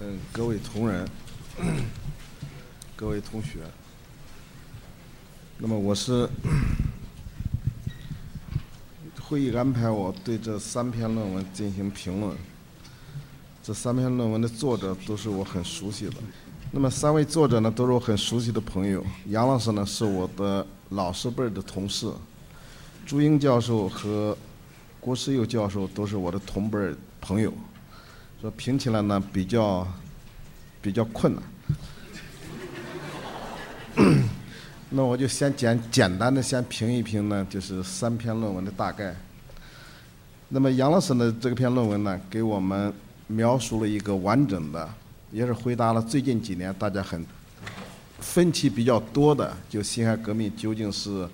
各位同仁，各位同学，那么我是会议安排我对这3篇论文进行评论。这3篇论文的作者都是我很熟悉的。那么3位作者呢，都是我很熟悉的朋友。杨老师呢，是我的老师辈的同事；朱英教授和郭世佑教授都是我的同辈朋友。说评起来呢，比较困难。那我就先简单的先评一评呢，就是3篇论文的大概。那么杨老师的这篇论文呢，给我们描述了一个完整的，也是回答了最近几年大家很分歧比较多的，就辛亥革命究竟是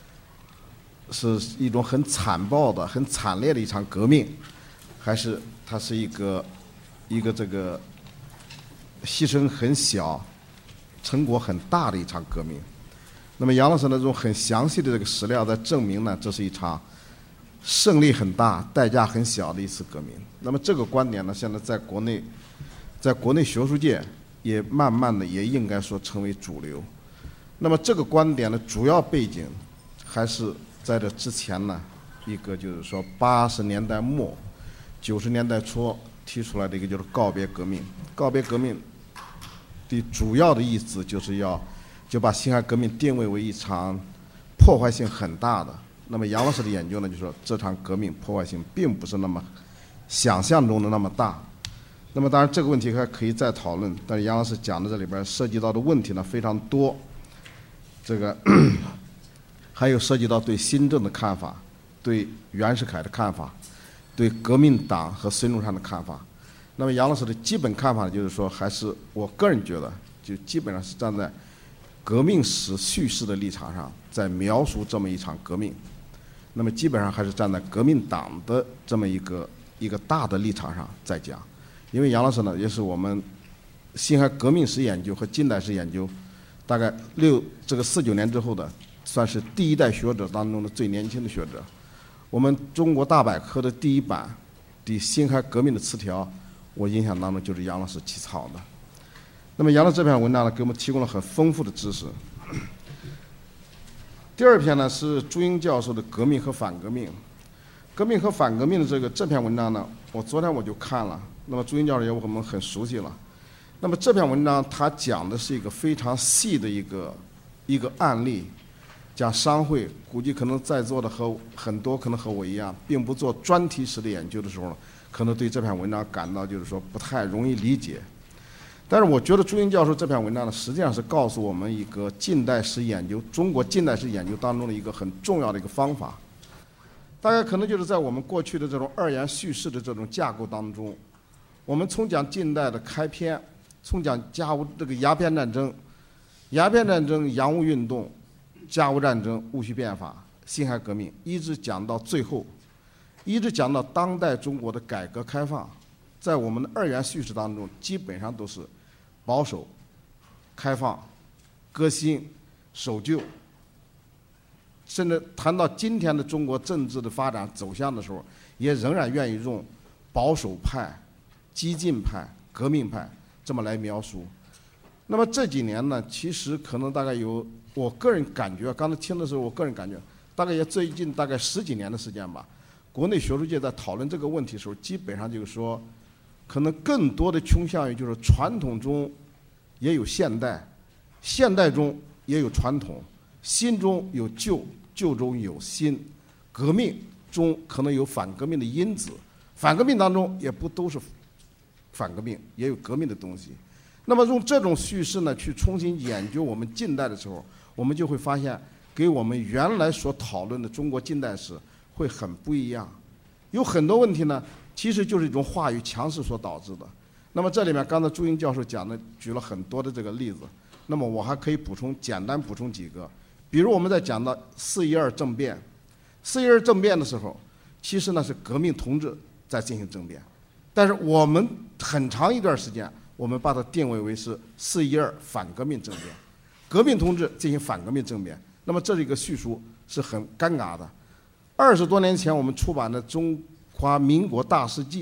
一种很残暴的、很惨烈的一场革命，还是它是一个这个牺牲很小、成果很大的一场革命。那么杨老师那种很详细的这个史料在证明呢，这是一场胜利很大、代价很小的一次革命。那么这个观点呢，现在在国内学术界也慢慢的也应该说成为主流。那么这个观点的主要背景还是在这之前呢，一个就是说80年代末、90年代初提出来的一个就是告别革命。告别革命的主要的意思就把辛亥革命定位为一场破坏性很大的。那么杨老师的研究呢，就说这场革命破坏性并不是那么想象中的那么大。那么当然这个问题还可以再讨论，但是杨老师讲的这里边涉及到的问题呢非常多，这个还有涉及到对新政的看法，对袁世凯的看法，对革命党和孙中山的看法。那么杨老师的基本看法就是说，还是我个人觉得，就基本上是站在革命史叙事的立场上，在描述这么一场革命。那么基本上还是站在革命党的这么一个大的立场上在讲。因为杨老师呢，也是我们辛亥革命史研究和近代史研究大概49年之后的，算是第一代学者当中的最年轻的学者。我们中国大百科的第1版的辛亥革命的词条，我印象当中就是杨老师起草的。那么杨老师这篇文章呢，给我们提供了很丰富的知识。第2篇呢是朱英教授的《革命和反革命》。革命和反革命的这篇文章呢，我昨天我就看了。那么朱英教授也我们很熟悉了。那么这篇文章他讲的是一个非常细的一个案例，讲商会，估计可能在座的很多可能和我一样，并不做专题式的研究的时候，可能对这篇文章感到就是说不太容易理解。但是我觉得朱英教授这篇文章呢，实际上是告诉我们一个近代史研究，中国近代史研究当中的一个很重要的一个方法。大概可能就是在我们过去的这种2元叙事的这种架构当中，我们从讲近代的开篇，从讲鸦片战争、洋务运动、甲午战争、戊戌变法、辛亥革命，一直讲到最后，一直讲到当代中国的改革开放，在我们的2元叙事当中，基本上都是保守、开放、革新、守旧。甚至谈到今天的中国政治的发展走向的时候，也仍然愿意用保守派、激进派、革命派这么来描述。那么这几年呢，其实可能大概有，我个人感觉，刚才听的时候，我个人感觉，大概也最近大概10几年的时间吧，国内学术界在讨论这个问题的时候，基本上就是说，可能更多的倾向于就是传统中也有现代，现代中也有传统，新中有旧，旧中有新，革命中可能有反革命的因子，反革命当中也不都是反革命，也有革命的东西。那么用这种叙事呢，去重新研究我们近代的时候，我们就会发现，给我们原来所讨论的中国近代史会很不一样。有很多问题呢，其实就是一种话语强势所导致的。那么这里面刚才朱英教授讲的举了很多的这个例子，那么我还可以简单补充几个。比如我们在讲到4·12政变，4·12政变的时候，其实呢是革命同志在进行政变，但是我们很长一段时间，我们把它定位为是4·12反革命政变，革命同志进行反革命政变。那么这是一个叙述是很尴尬的。20多年前我们出版的《中华民国大事记》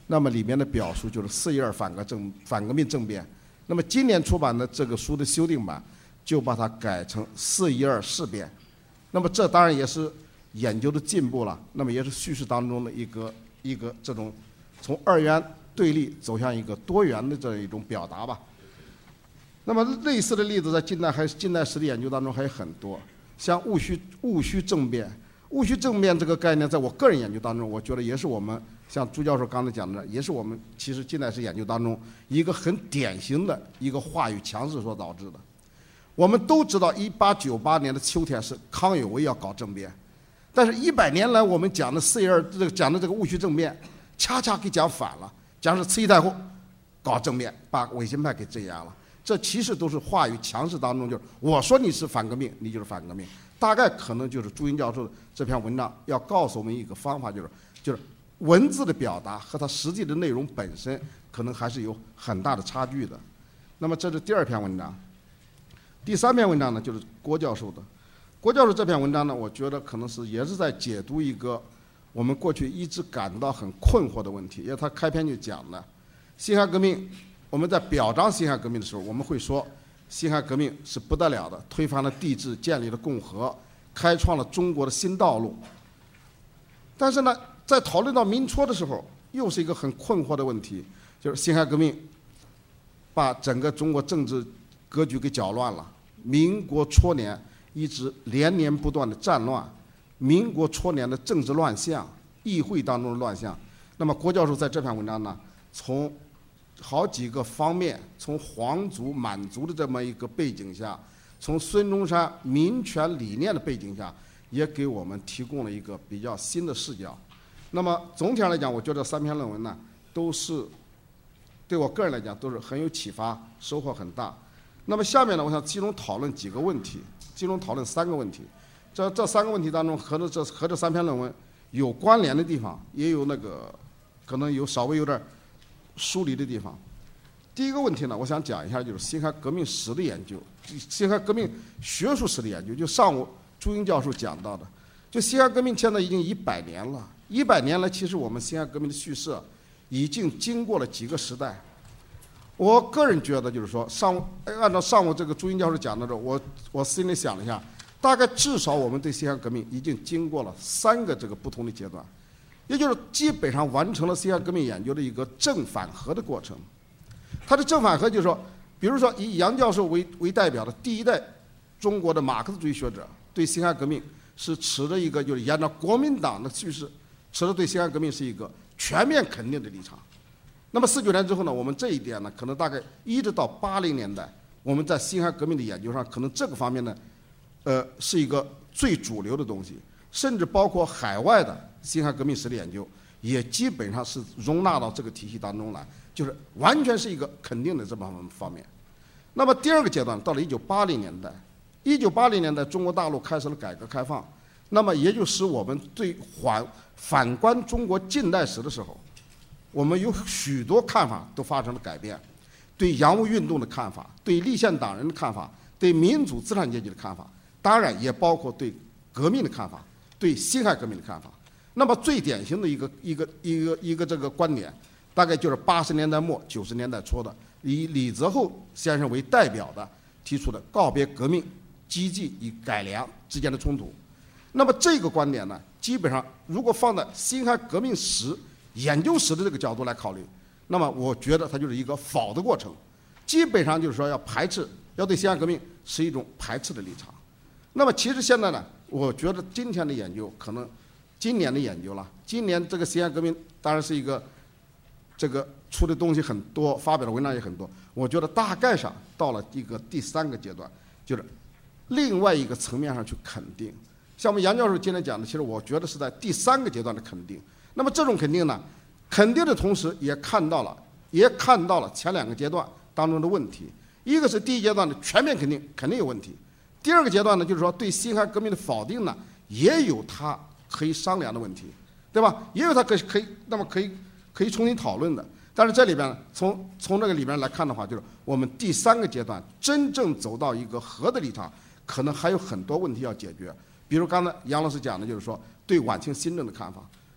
那么里面的表述就是412反革命政变。那么今年出版的这个书的修订版就把它改成412事变。那么这当然也是研究的进步了，那么也是叙事当中的一个这种从二元对立走向一个多元的这样一种表达吧。那么类似的例子在近代史的研究当中还有很多，像戊戌政变。戊戌政变这个概念，在我个人研究当中，我觉得也是我们像朱教授刚才讲的，也是我们其实近代史研究当中一个很典型的一个话语强势所导致的。我们都知道1898年的秋天是康有为要搞政变，但是100年来我们讲的讲的这个戊戌政变，恰恰给讲反了，讲是慈禧太后搞政变，把维新派给镇压了。这其实都是话语强势当中，就是我说你是反革命，你就是反革命。大概可能就是朱云教授这篇文章要告诉我们一个方法，就是文字的表达和它实际的内容本身可能还是有很大的差距的。那么这是第2篇文章。第3篇文章呢，就是郭教授的。郭教授这篇文章呢，我觉得可能也是在解读一个我们过去一直感到很困惑的问题，因为他开篇就讲了辛亥革命。我们在表彰辛亥革命的时候，我们会说辛亥革命是不得了的，推翻了帝制，建立了共和，开创了中国的新道路。但是呢，在讨论到民初的时候，又是一个很困惑的问题，就是辛亥革命把整个中国政治格局给搅乱了。民国初年一直连年不断的战乱，民国初年的政治乱象，议会当中的乱象。那么郭教授在这篇文章呢，从好几个方面，从皇族满族的这么一个背景下，从孙中山民权理念的背景下，也给我们提供了一个比较新的视角。那么总体上来讲，我觉得3篇论文呢，都是对我个人来讲都是很有启发，收获很大。那么下面呢，我想集中讨论几个问题，集中讨论3个问题。这3个问题当中，和这3篇论文有关联的地方，也有可能稍微有点疏离的地方。第一个问题呢，我想讲一下，就是辛亥革命史的研究，辛亥革命学术史的研究。就上午朱英教授讲到的，就辛亥革命现在已经100年了，100年来，其实我们辛亥革命的叙事已经经过了几个时代。我个人觉得，就是说按照上午这个朱英教授讲的，我心里想了一下，大概至少我们对辛亥革命已经经过了3个这个不同的阶段。也就是基本上完成了辛亥革命研究的一个正反合的过程。它的正反合就是说，比如说以杨教授为代表的第一代中国的马克思主义学者，对辛亥革命是持着一个就是沿着国民党的叙事，持着对辛亥革命是一个全面肯定的立场。那么49年之后呢，我们这一点呢，可能大概一直到80年代，我们在辛亥革命的研究上，可能这个方面呢，是一个最主流的东西，甚至包括海外的辛亥革命史的研究，也基本上是容纳到这个体系当中来，就是完全是一个肯定的这方面。那么第2个阶段到了1980年代，1980年代中国大陆开始了改革开放，那么也就使我们对反观中国近代史的时候，我们有许多看法都发生了改变，对洋务运动的看法，对立宪党人的看法，对民主资产阶级的看法，当然也包括对革命的看法，对辛亥革命的看法。那么最典型的一个这个观点，大概就是80年代末90年代初的，以李泽厚先生为代表的提出的告别革命、积极与改良之间的冲突。那么这个观点呢，基本上如果放在辛亥革命史研究史的这个角度来考虑，那么我觉得它就是一个否的过程，基本上就是说要排斥，要对辛亥革命是一种排斥的立场。那么其实现在呢，我觉得今天的研究可能今年的研究了，今年这个辛亥革命当然是一个这个出的东西很多，发表的文章也很多。我觉得大概上到了一个第3个阶段，就是另外一个层面上去肯定。像我们杨教授今天讲的，其实我觉得是在第3个阶段的肯定。那么这种肯定呢，肯定的同时也看到了前2个阶段当中的问题。一个是第一阶段的全面肯定，肯定有问题；第2个阶段呢，就是说对辛亥革命的否定呢，也有它可以商量的问题，对吧？也有它可以重新讨论的。但是这里边呢，从这个里边来看的话，就是我们第3个阶段真正走到一个和的立场，可能还有很多问题要解决。比如刚才杨老师讲的，就是说对晚清新政的看法。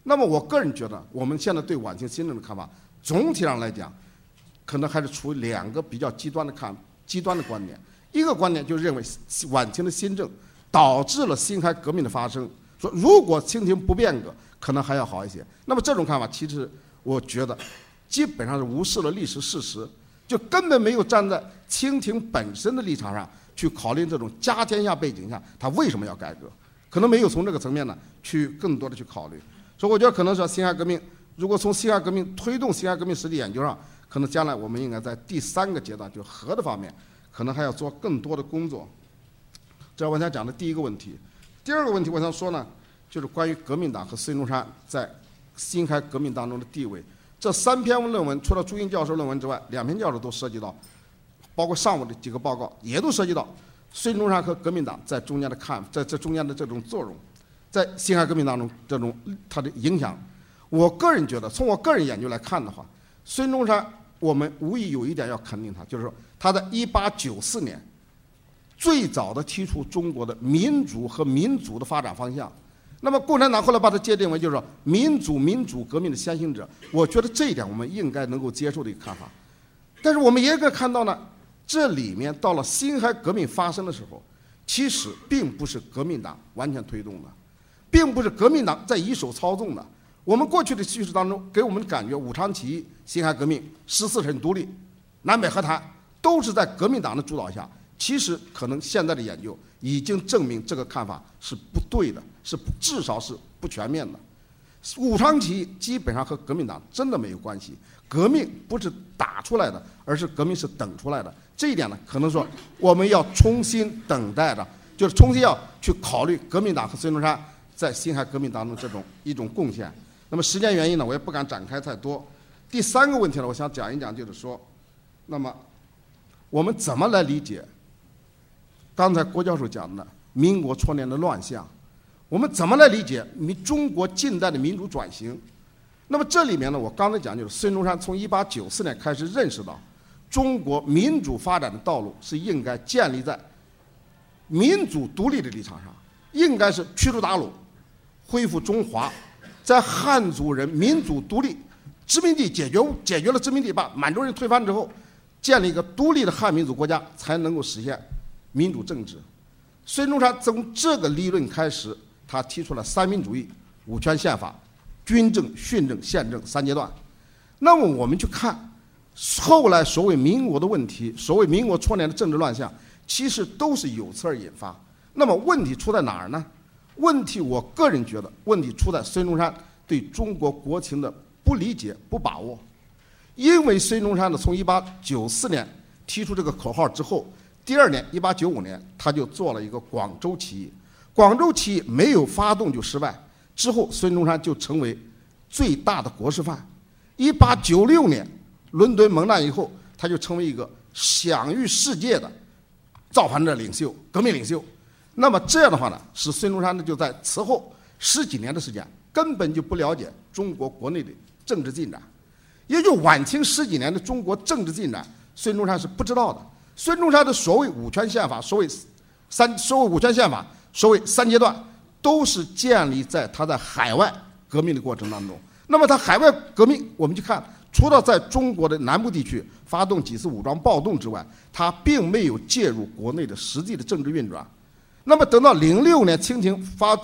那么我个人觉得，我们现在对晚清新政的看法，总体上来讲，可能还是处于两个比较极端的观点。一个观点就认为晚清的新政导致了辛亥革命的发生，说如果清廷不变革，可能还要好一些。那么这种看法，其实我觉得基本上是无视了历史事实，就根本没有站在清廷本身的立场上去考虑这种家天下背景下，他为什么要改革，可能没有从这个层面呢去更多的去考虑。所以我觉得可能是辛亥革命，如果从辛亥革命推动辛亥革命实际研究上，可能将来我们应该在第三个阶段，就核的方面，可能还要做更多的工作。这是我想讲的第一个问题。第二个问题我想说呢，就是关于革命党和孙中山在辛亥革命当中的地位。这3篇论文，除了朱荫教授论文之外，2篇教授都涉及到，包括上午的几个报告也都涉及到孙中山和革命党在中间的在这中间的这种作用，在辛亥革命当中这种它的影响。我个人觉得，从我个人研究来看的话，孙中山我们无疑有一点要肯定他，就是说他在1894年最早的提出中国的民主和民族的发展方向。那么共产党后来把它界定为就是说民主革命的先行者，我觉得这一点我们应该能够接受的一个看法。但是我们也可以看到呢，这里面到了辛亥革命发生的时候，其实并不是革命党完全推动的，并不是革命党在一手操纵的。我们过去的叙事当中给我们的感觉，武昌起义、辛亥革命、14省独立、南北和谈都是在革命党的主导下。其实可能现在的研究已经证明这个看法是不对的，至少是不全面的。武昌起义基本上和革命党真的没有关系，革命不是打出来的，而是革命是等出来的。这一点呢，可能说我们要重新等待着，就是重新要去考虑革命党和孙中山在辛亥革命当中这种一种贡献。那么时间原因呢，我也不敢展开太多。第三个问题呢，我想讲一讲，就是说，那么我们怎么来理解刚才郭教授讲的民国初年的乱象？我们怎么来理解中国近代的民主转型？那么这里面呢，我刚才讲就是孙中山从1894年开始认识到，中国民主发展的道路是应该建立在民主独立的立场上，应该是驱逐鞑虏，恢复中华，在汉族人民主独立，殖民地解决了殖民地，把满洲人推翻之后，建立一个独立的汉民族国家，才能够实现民主政治。孙中山从这个理论开始，他提出了三民主义、五权宪法、军政、训政、宪政3阶段。那么我们去看后来所谓民国的问题，所谓民国初年的政治乱象，其实都是由此而引发。那么问题出在哪儿呢？问题我个人觉得问题出在孙中山对中国国情的不理解、不把握。因为孙中山呢，从1894年提出这个口号之后，第2年1895年他就做了一个广州起义。广州起义没有发动就失败，之后孙中山就成为最大的国事犯。1896年伦敦蒙难以后，他就成为一个享誉世界的造反者领袖、革命领袖。那么这样的话呢，使孙中山呢就在此后10几年的时间根本就不了解中国国内的政治进展，也就晚清10几年的中国政治进展，孙中山是不知道的。孙中山的所谓五权宪法、所谓五权宪法、所谓3阶段，都是建立在他在海外革命的过程当中。那么他海外革命，我们去看，除了在中国的南部地区发动几次武装暴动之外，他并没有介入国内的实际的政治运转。那么等到06年清廷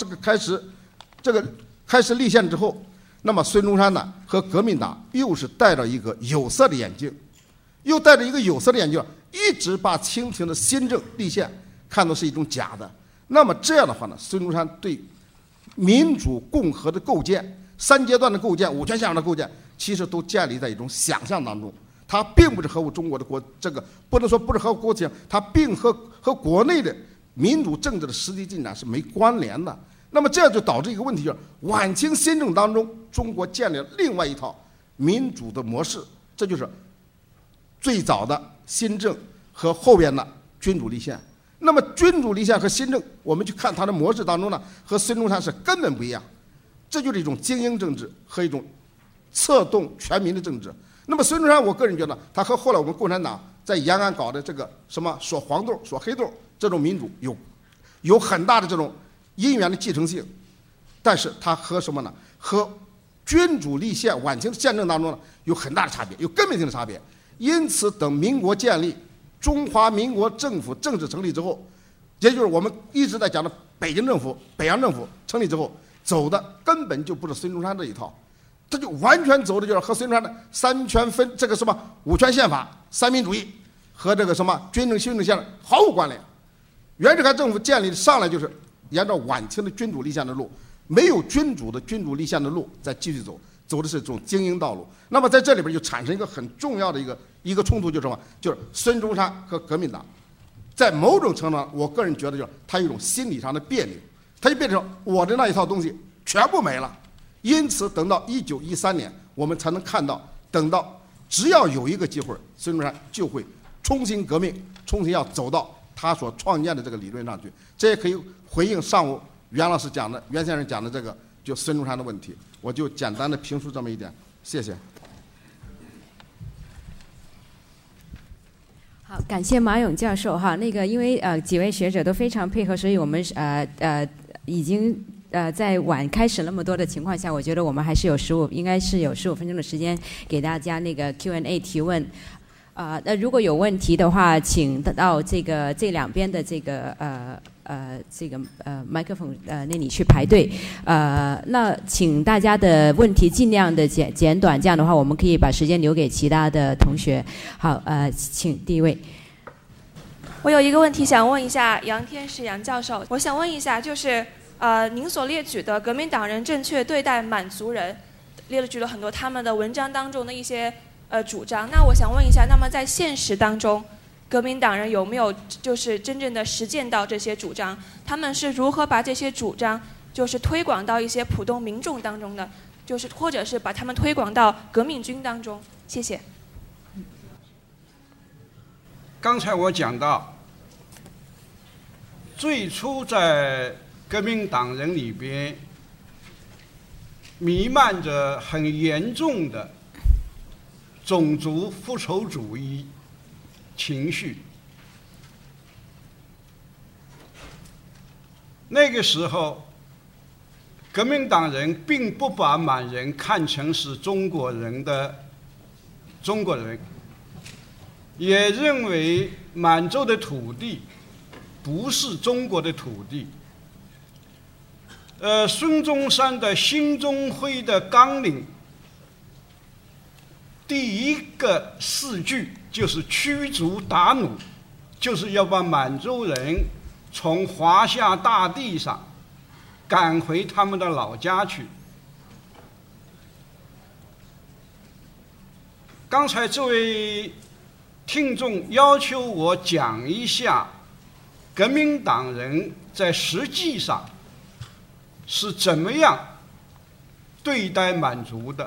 开始立宪之后，那么孙中山呢和革命党又是戴着一个有色的眼镜，一直把清廷的新政立宪看作是一种假的。那么这样的话呢，孙中山对民主共和的构建、3阶段的构建、五权宪法的构建，其实都建立在一种想象当中。它并不是合乎中国的不能说不是合乎国情，它并和国内的民主政治的实际进展是没关联的。那么这样就导致一个问题，就是晚清新政当中，中国建立了另外一套民主的模式，这就是最早的新政和后边的君主立宪。那么君主立宪和新政，我们去看它的模式当中呢，和孙中山是根本不一样。这就是一种精英政治和一种策动全民的政治。那么孙中山，我个人觉得他和后来我们共产党在延安搞的这个什么锁黄豆、锁黑豆这种民主有很大的这种因缘的继承性，但是他和什么呢？和君主立宪晚清的宪政当中呢，有很大的差别，有根本性的差别。因此，等民国建立，中华民国政府正式成立之后，也就是我们一直在讲的北京政府、北洋政府成立之后，走的根本就不是孙中山这一套，他就完全走的就是和孙中山的三权分这个什么五权宪法、三民主义和这个什么军政行政宪政毫无关联。袁世凯政府建立上来就是沿着晚清的君主立宪的路，没有君主的君主立宪的路再继续走，走的是这种精英道路。那么在这里边就产生一个很重要的一个冲突，就是什么？就是孙中山和革命党，在某种程度上，我个人觉得就是他有一种心理上的别扭，他就变成我的那一套东西全部没了。因此，等到1913年，我们才能看到，等到只要有一个机会，孙中山就会重新革命，重新要走到他所创建的这个理论上去。这也可以回应上午袁老师讲的、袁先生讲的这个就孙中山的问题。我就简单的评述这么一点，谢谢。 好，感谢马勇教授哈。因为几位学者都非常配合，所以我们已经在晚开始那么多的情况下，我觉得我们还是应该是有15分钟的时间给大家Q&A 提问。那如果有问题的话，请到这两边的麦克风那里去排队。那请大家的问题尽量的简短，这样的话我们可以把时间留给其他的同学。好，请第一位。 我有一个问题想问一下杨天士杨教授，我想问一下，就是您所列举的革命党人正确对待满族人，列举了很多他们的文章当中的一些主张。那我想问一下，那么在现实当中，革命党人有没有就是真正的实践到这些主张？他们是如何把这些主张就是推广到一些普通民众当中的，就是或者是把他们推广到革命军当中？谢谢。 刚才我讲到，最初在革命党人里边弥漫着很严重的种族复仇主义情绪。那个时候，革命党人并不把满人看成是中国人，也认为满洲的土地不是中国的土地。孙中山的兴中会的纲领第一个4句就是驱逐鞑虏，就是要把满洲人从华夏大地上赶回他们的老家去。刚才这位听众要求我讲一下革命党人在实际上是怎么样对待满族的。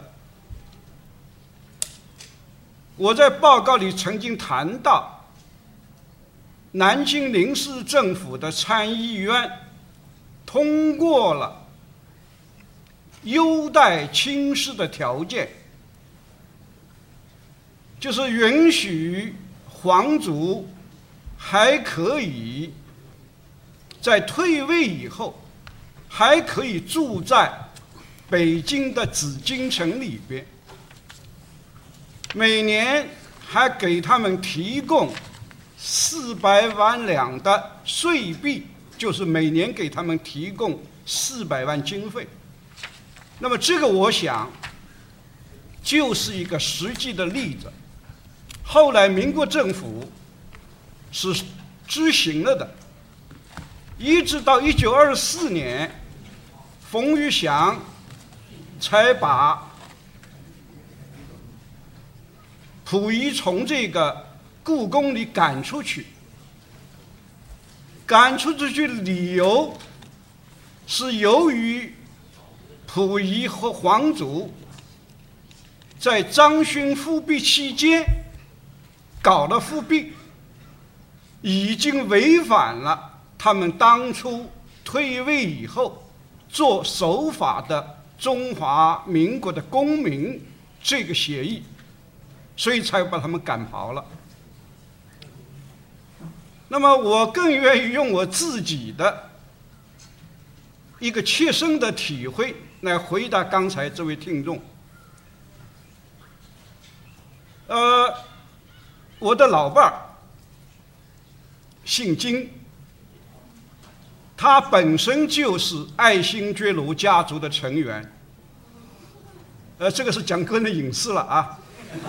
我在报告里曾经谈到，南京临时政府的参议院通过了优待亲事的条件，就是允许皇族还可以在退位以后还可以住在北京的紫禁城里边，每年还给他们提供400万两的税币，就是每年给他们提供400万经费。那么这个我想就是一个实际的例子。后来民国政府是执行了的，一直到1924年，冯玉祥才把溥仪从这个故宫里赶出去。赶出去的理由是由于溥仪和皇族在张勋复辟期间搞了复辟，已经违反了他们当初退位以后做守法的中华民国的公民这个协议，所以才把他们赶跑了。那么我更愿意用我自己的一个切身的体会来回答刚才这位听众。我的老伴儿姓金，他本身就是爱新觉罗家族的成员。这个是讲个人隐私了啊。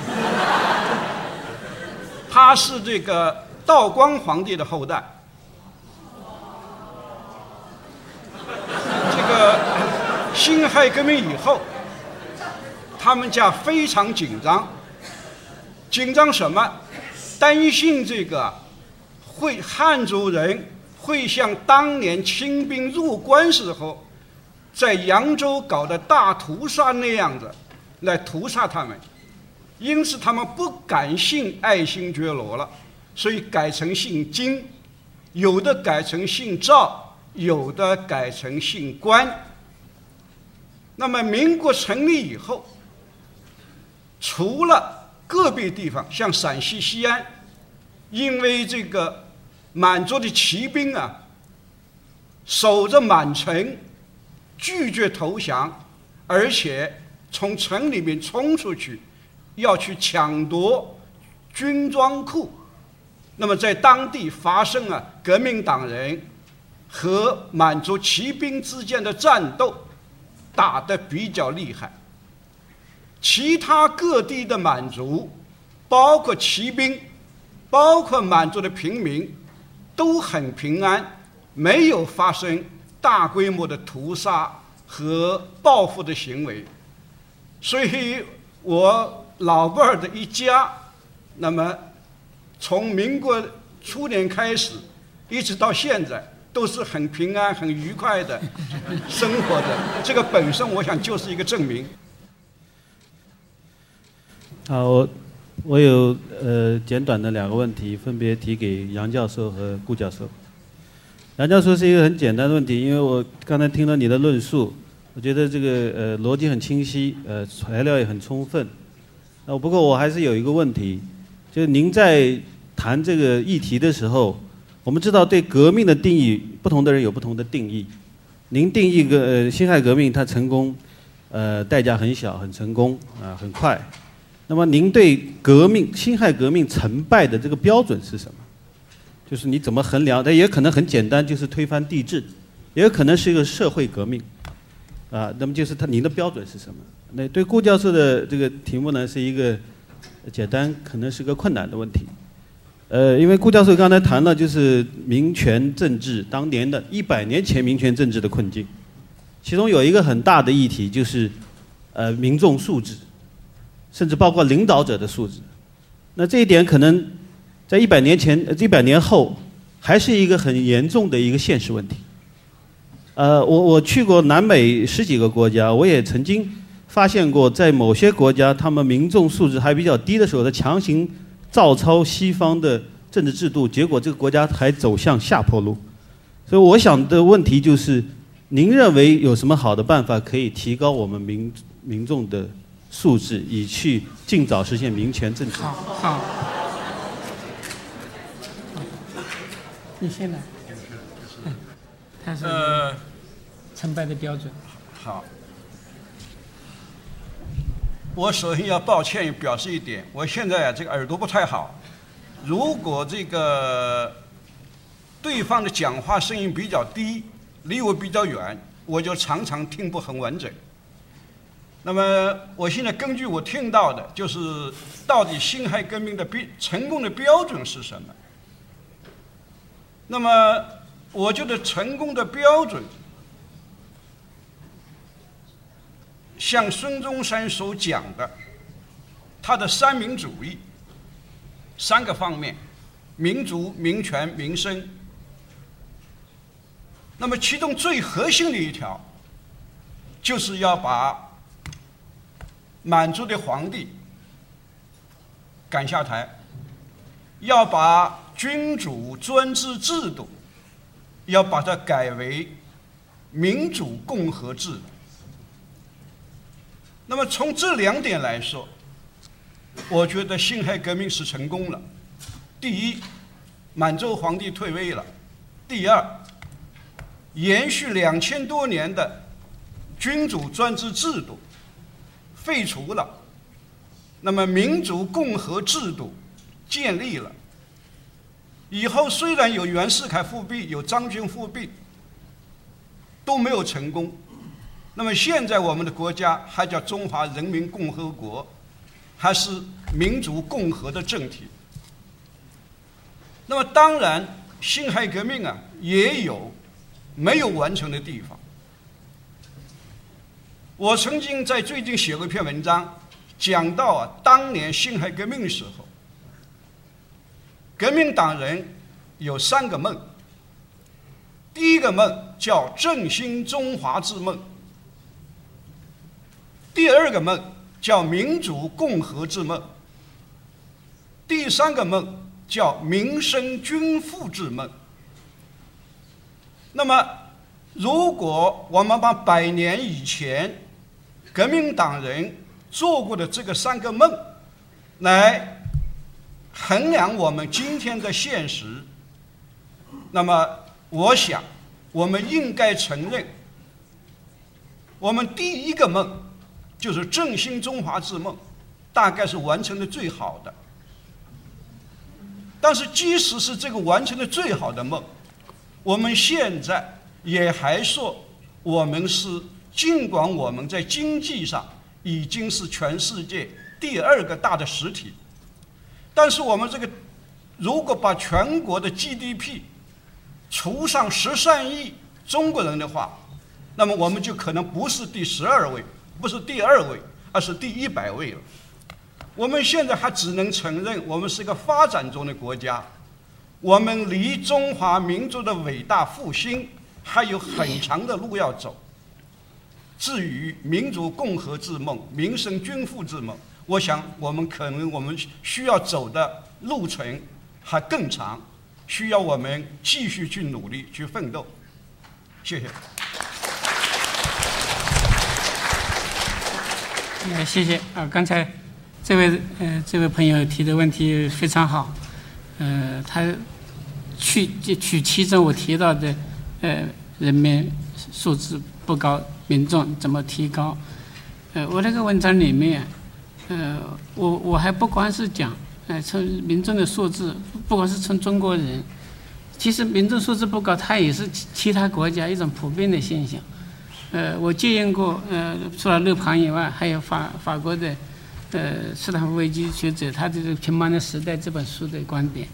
他是这个道光皇帝的后代。这个辛亥革命以后，他们家非常紧张。紧张什么？担心这个汉族人会像当年清兵入关时候在扬州搞的大屠杀那样子来屠杀他们，因此他们不敢姓爱新觉罗了，所以改成姓金，有的改成姓赵，有的改成姓关。那么民国成立以后，除了个别地方像陕西西安，因为这个满族的骑兵啊守着满城，拒绝投降，而且从城里面冲出去，要去抢夺军装库。那么在当地发生了革命党人和满族骑兵之间的战斗，打得比较厉害。其他各地的满族，包括骑兵，包括满族的平民，都很平安，没有发生大规模的屠杀和报复的行为。所以我老伴儿的一家，那么从民国初年开始一直到现在都是很平安很愉快的生活的，这个本身我想就是一个证明。 好，我有简短的2个问题，分别提给杨教授和顾教授。杨教授是一个很简单的问题，因为我刚才听了你的论述，我觉得这个逻辑很清晰，材料也很充分。不过我还是有一个问题，就是您在谈这个议题的时候，我们知道对革命的定义，不同的人有不同的定义。您定义辛亥革命它成功，代价很小，很成功啊，很快。那么您对辛亥革命成败的这个标准是什么？就是你怎么衡量？它也可能很简单，就是推翻帝制，也有可能是一个社会革命，啊，那么就是您的标准是什么？那对顾教授的这个题目呢，是一个简单，可能是个困难的问题。因为顾教授刚才谈了就是民权政治当年的100年前民权政治的困境，其中有一个很大的议题就是民众素质，甚至包括领导者的素质。那这一点可能在100年前、100年后还是一个很严重的一个现实问题。我去过南美10几个国家，我也曾经发现过，在某些国家他们民众素质还比较低的时候，他强行照抄西方的政治制度，结果这个国家还走向下坡路。所以我想的问题就是，您认为有什么好的办法可以提高我们民众的素质，以去尽早实现民权政治？ 好，你先来。他是成败的标准。 好。我首先要抱歉表示一点，我现在这个耳朵不太好，如果这个对方的讲话声音比较低，离我比较远，我就常常听不很完整。那么我现在根据我听到的，就是到底辛亥革命的成功的标准是什么？那么我觉得成功的标准，像孙中山所讲的，他的三民主义3个方面：民主、民权、民生。那么其中最核心的一条，就是要把满族的皇帝赶下台，要把君主专制制度要把它改为民主共和制。那么从这2点来说，我觉得辛亥革命是成功了。第一，满洲皇帝退位了；第二，延续2000多年的君主专制制度废除了，那么民主共和制度建立了。以后虽然有袁世凯复辟，有张军复辟，都没有成功。那么现在我们的国家还叫中华人民共和国，还是民主共和的政体。那么当然，辛亥革命也有没有完成的地方。我曾经在最近写过一篇文章，讲到当年辛亥革命的时候，革命党人有3个梦。第一个梦叫振兴中华之梦，第2个梦叫民主共和之梦，第3个梦叫民生均富之梦。那么如果我们把100年以前革命党人做过的这个3个梦来衡量我们今天的现实，那么我想我们应该承认，我们第一个梦就是振兴中华之梦，大概是完成的最好的。但是即使是这个完成的最好的梦，我们现在也还说我们是，尽管我们在经济上已经是全世界第2个大的实体，但是我们这个如果把全国的 GDP 除上13亿中国人的话，那么我们就可能不是第12位，不是第2位，而是第100位了。我们现在还只能承认我们是一个发展中的国家，我们离中华民族的伟大复兴还有很长的路要走。至于民主共和之梦、民生均富之梦，我想我们需要走的路程还更长，需要我们继续去努力去奋斗。谢谢。 谢谢啊！刚才这位朋友提的问题非常好，他取其中我提到的人民素质不高，民众怎么提高？我那个文章里面，我还不光是讲，从民众的素质，不光是从中国人，其实民众素质不高，它也是其他国家一种普遍的现象。我借用过，除了勒庞以外，还有法国的斯坦福危机学者他这个《平凡的时代》这本书的观点。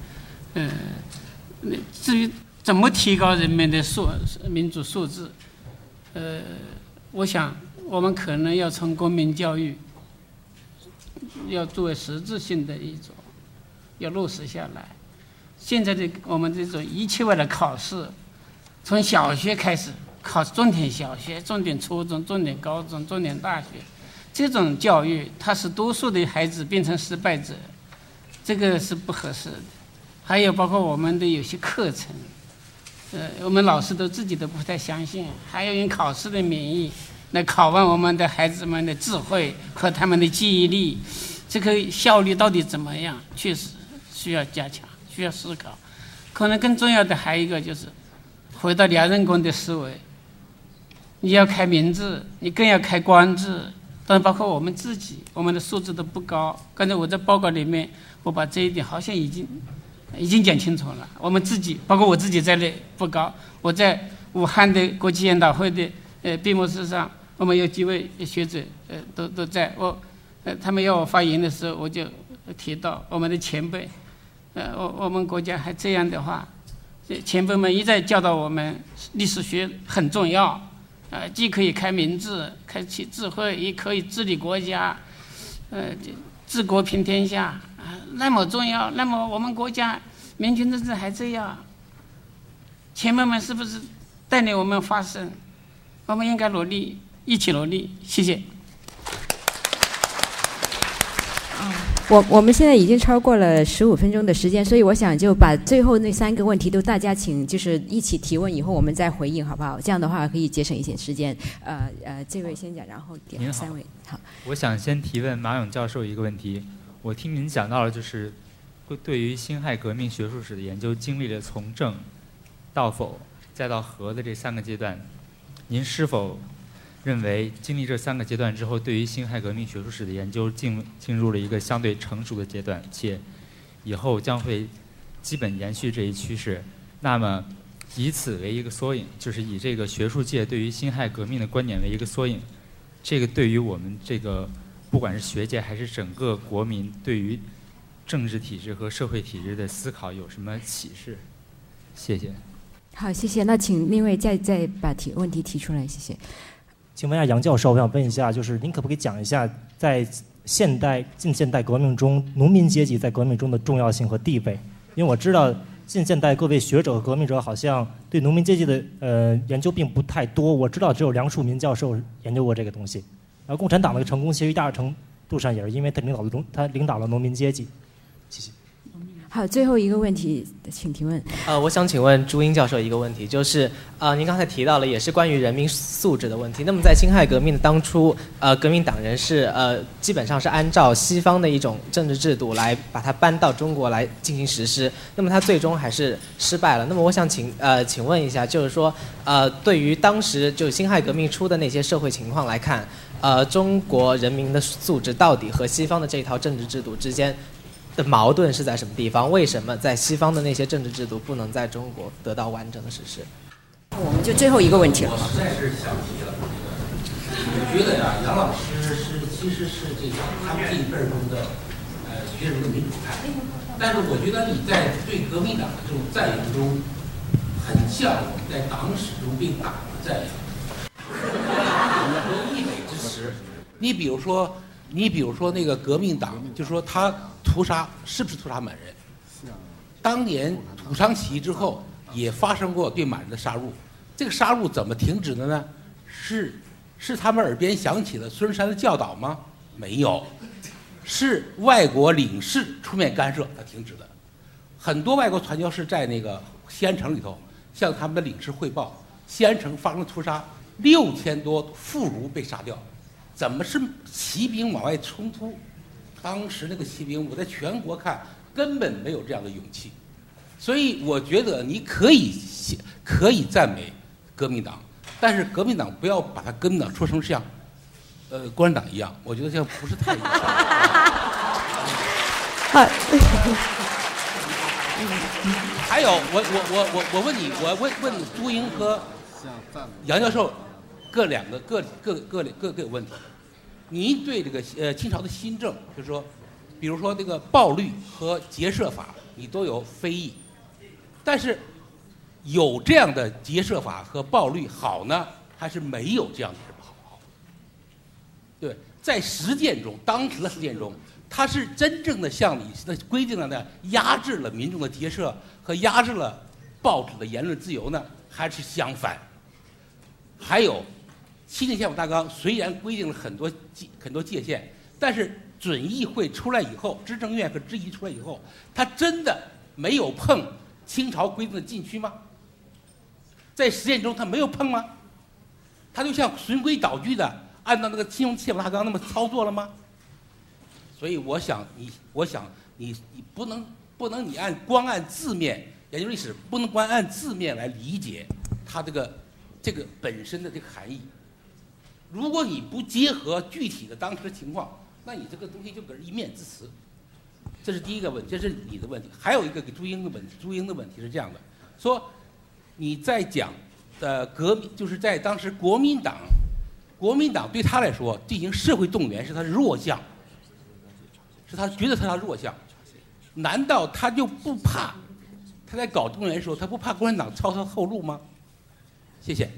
至于怎么提高人民的民主素质，我想我们可能要从公民教育，要作为实质性的一种，要落实下来。现在的我们这种一切为了考试，从小学开始考重点小学、重点初中、重点高中、重点大学，这种教育它使多数的孩子变成失败者，这个是不合适的。还有包括我们的有些课程，我们老师自己都不太相信，还要用考试的名义来拷问我们的孩子们的智慧和他们的记忆力，这个效率到底怎么样？确实需要加强，需要思考。可能更重要的还有一个就是回到梁任公的思维，你要开民治，你更要开官治。当然包括我们自己，我们的素质都不高。刚才我在报告里面，我把这一点好像已经讲清楚了。我们自己，包括我自己在内不高。我在武汉的国际研讨会的闭幕式上，我们有几位学者都在。他们要我发言的时候，我就提到我们的前辈，我们国家还这样的话，前辈们一再教导我们，历史学很重要，既可以开民治，开启智慧，也可以治理国家，治国平天下，那么重要。那么我们国家民权政治还这样，前辈们是不是带领我们发声？我们应该努力，一起努力。谢谢。 我们现在已经超过了15分钟的时间，所以我想就把最后那3个问题都大家请就是一起提问，以后我们再回应，好不好？这样的话可以节省一些时间。这位先讲，然后点3位。好， 我想先提问马勇教授一个问题。我听您讲到了，就是对于辛亥革命学术史的研究，经历了从正到否再到和的这3个阶段，您是否认为经历这3个阶段之后，对于辛亥革命学术史的研究进入了一个相对成熟的阶段，且以后将会基本延续这一趋势。那么，以此为一个缩影，就是以这个学术界对于辛亥革命的观点为一个缩影，这个对于我们这个不管是学界还是整个国民对于政治体制和社会体制的思考有什么启示？谢谢。 好，谢谢。那请另外再把问题提出来，谢谢。 请问一下杨教授，我想问一下，就是您可不可以讲一下，在近现代革命中，农民阶级在革命中的重要性和地位？因为我知道近现代各位学者和革命者好像对农民阶级的研究并不太多，我知道只有梁漱溟教授研究过这个东西。然后共产党的成功其实一大程度上也是因为他领导了农民阶级。谢谢。 好，最后一个问题，请提问。 我想请问朱英教授一个问题，就是您刚才提到了也是关于人民素质的问题。那么在辛亥革命的当初，革命党人是基本上是按照西方的一种政治制度来把它搬到中国来进行实施。那么它最终还是失败了。那么我想请问一下，就是说对于当时就辛亥革命初的那些社会情况来看，中国人民的素质到底和西方的这一套政治制度之间的矛盾是在什么地方？为什么在西方的那些政治制度不能在中国得到完整的实施？ 我们就最后一个问题了。 我实在是想提了，我觉得呀，杨老师其实是这个他们这一辈中的学生的民主派，但是我觉得你在对革命党的这种赞扬中，很像我们在党史中被党的赞扬，和溢美之词。你比如说那个革命党，就说他屠杀是不是屠杀满人？当年土商起义之后，也发生过对满人的杀戮。这个杀戮怎么停止的呢？是他们耳边响起了孙中山的教导吗？没有，是外国领事出面干涉才停止的。很多外国传教士在那个西安城里头向他们的领事汇报，西安城发生了屠杀，6000多妇孺被杀掉。怎么是骑兵往外冲突？当时那个骑兵，我在全国看根本没有这样的勇气，所以我觉得你可以赞美革命党，但是革命党不要把它革命党说成像共产党一样，我觉得这样不是太还有我问你，我问朱英和杨教授各有问题。您对这个清朝的新政，就是说，比如说这个暴律和劫舍法，你都有非议，但是有这样的劫舍法和暴律好呢，还是没有这样的不好？对，在实践中，当时的实践中，它是真正的像你的规定了呢，压制了民众的劫舍和压制了报纸的言论自由呢，还是相反？还有。7年宪法大纲虽然规定了很多界限，但是准议会出来以后，知政院和知议出来以后，他真的没有碰清朝规定的禁区吗？在实践中他没有碰吗？他就像循规蹈矩的按照那个宪法大纲那么操作了吗？所以我想你不能你光按字面研究历史，不能光按字面来理解它这个本身的这个含义。如果你不结合具体的当时的情况，那你这个东西就搁一面之词。这是第一个问题，这是你的问题。还有一个给朱英的问题，朱英的问题是这样的：说你在讲革命，就是在当时国民党对他来说进行社会动员是他的弱项，是他觉得他的弱项。难道他就不怕他在搞动员的时候，他不怕共产党抄他后路吗？谢谢。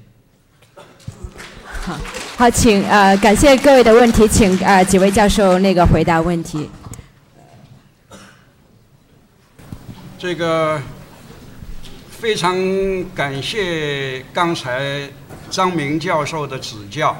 好，请感谢各位的问题，请几位教授回答问题。 这个非常感谢刚才张明教授的指教。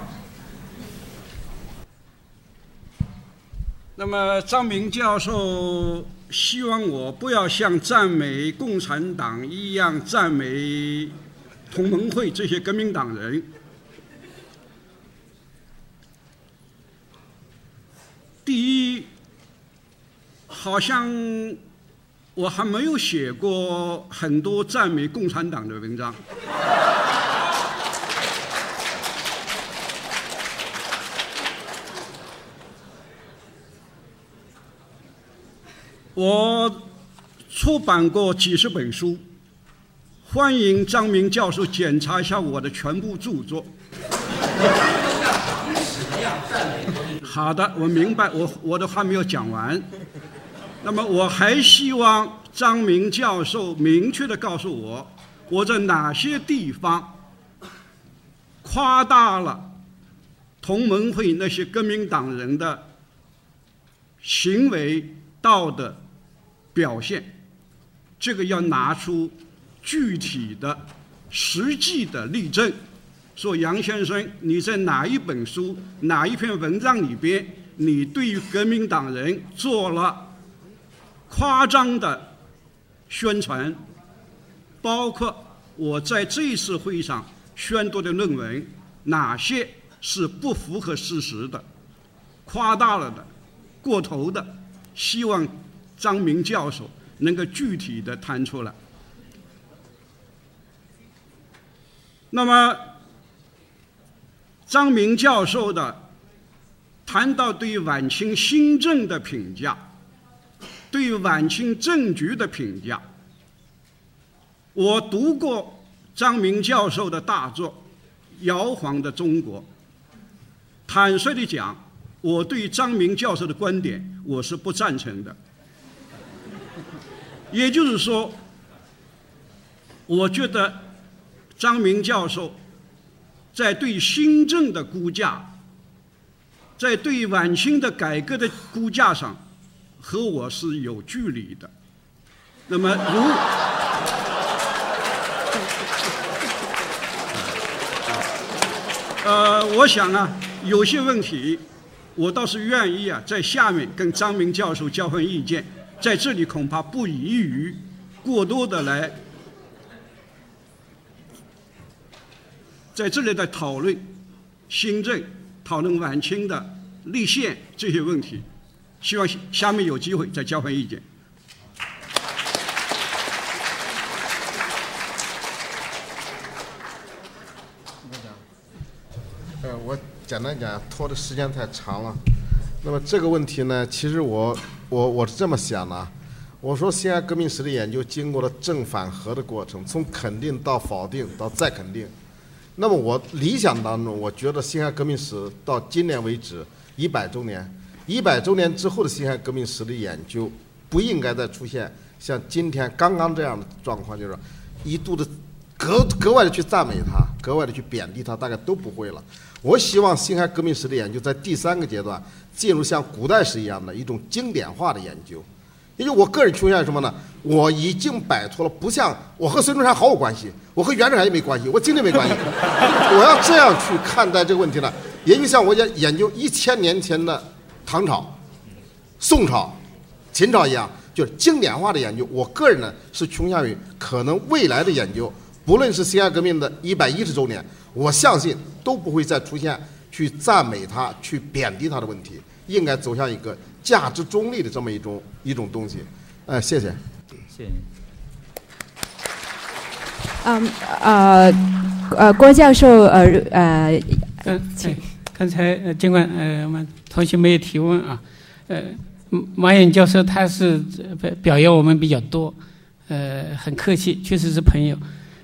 那么张明教授希望我不要像赞美共产党一样赞美同盟会这些革命党人。第一，好像我还没有写过很多赞美共产党的文章。 我出版过几十本书，欢迎张明教授检查一下我的全部著作。好的，我明白，我的话没有讲完。那么我还希望张明教授明确地告诉我在哪些地方夸大了同盟会那些革命党人的行为道德表现，这个要拿出具体的实际的例证。说杨先生，你在哪一本书哪一篇文章里边，你对于革命党人做了夸张的宣传，包括我在这一次会议上宣读的论文，哪些是不符合事实的、夸大了的、过头的，希望张明教授能够具体的谈出来。那么张明教授的谈到对晚清新政的评价，对晚清政局的评价，我读过张明教授的大作《摇晃的中国》，坦率地讲，我对张明教授的观点我是不赞成的。也就是说，我觉得张明教授在对新政的估价，在对晚清的改革的估价上，和我是有距离的。那么我想啊，有些问题我倒是愿意啊，在下面跟张明教授交换意见，在这里恐怕不宜于过多的来在这里的讨论新政、讨论晚清的立宪这些问题，希望下面有机会再交换意见。 我简单讲，拖的时间太长了。那么这个问题呢，其实我是这么想的，我说辛亥革命史的研究经过了正反合的过程，从肯定到否定到再肯定。那么我理想当中，我觉得辛亥革命史到今年为止100周年，100周年之后的辛亥革命史的研究，不应该再出现像今天刚刚这样的状况，就是一度的格外的去赞美他，格外的去贬低他，大概都不会了。我希望辛亥革命史的研究在第3个阶段进入像古代史一样的一种经典化的研究。也就我个人倾向于什么呢？我已经摆脱了，不像我和孙中山毫无关系，我和袁世凯也没关系，我经历没关系。我要这样去看待这个问题呢，也就像我研究1000年前的唐朝、宋朝、秦朝一样，就是经典化的研究。我个人呢是倾向于可能未来的研究，不论是辛亥革命的110周年，我相信都不会再出现去赞美他、去贬低他的问题，应该走向一个价值中立的这么一种东西。谢谢。 谢谢您。 郭教授， 刚才尽管我们同学没有提问啊，马远教授他是表扬我们比较多，很客气，确实是朋友。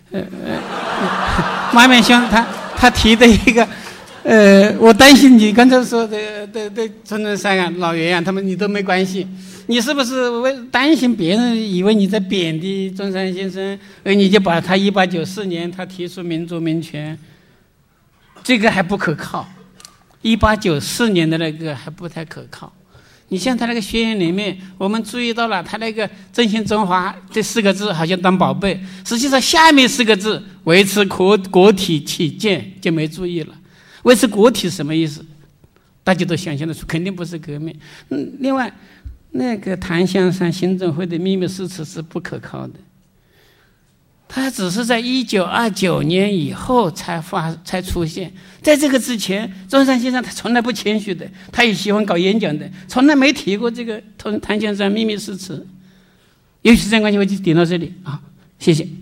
马远兄他提的一个。我担心你刚才说的孙中山啊、老袁啊，他们你都没关系，你是不是担心别人以为你在贬低中山先生，而你就把他1894年他提出民主民权，这个还不可靠，1894年的那个还不太可靠。你像他那个宣言里面，我们注意到了他那个振兴中华这4个字好像当宝贝，实际上下面4个字维持国体起见就没注意了。维持国体是什么意思？大家都想象得出，肯定不是革命。另外，那个檀香山行政会的秘密誓词是不可靠的，它只是在1929年以后才出现，在这个之前，中山先生他从来不谦虚的，他也喜欢搞演讲的，从来没提过这个檀香山秘密誓词。由于时间关系，我就点到这里啊，谢谢。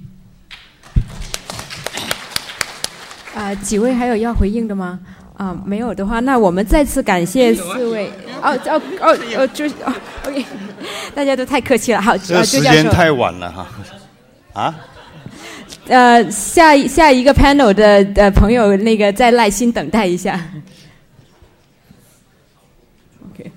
几位还有要回应的吗？没有的话，那我们再次感谢4位。OK。 大家都太客气了。好， 这时间太晚了哈。啊？ 下一个 panel 的朋友，那个再耐心等待一下。OK。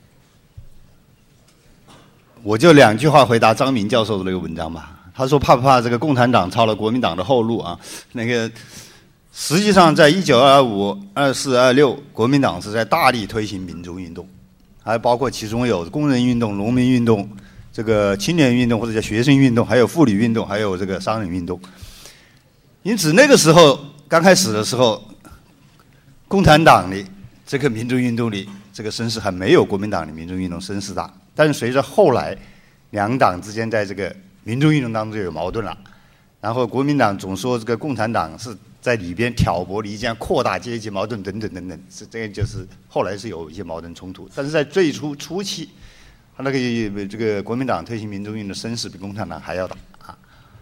我就2句话回答张明教授的那个文章吧。他说怕不怕这个共产党抄了国民党的后路啊？那个实际上在1925、24、26，国民党是在大力推行民主运动，还包括其中有工人运动、农民运动、这个青年运动或者叫学生运动，还有妇女运动，还有这个商人运动。因此那个时候刚开始的时候，共产党的这个民主运动里，这个声势还没有国民党的民主运动声势大。但是随着后来两党之间在这个民主运动当中就有矛盾了，然后国民党总说这个共产党是在里边挑拨离间、扩大阶级矛盾等等等等，这个就是后来是有一些矛盾冲突。但是在最初期，他那个这个国民党推行民主运动的声势比共产党还要大啊。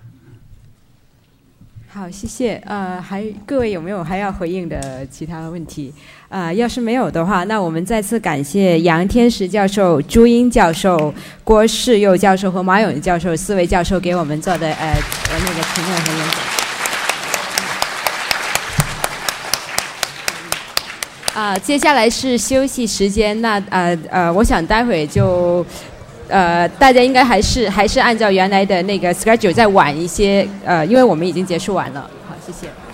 好，谢谢。各位有没有还要回应的其他问题？要是没有的话，那我们再次感谢杨天石教授、朱英教授、郭世佑教授和马勇教授4位教授给我们做的那个评论和演讲。接下来是休息时间。那我想待会就大家应该还是按照原来的那个 schedule 再晚一些，因为我们已经结束完了。好，谢谢。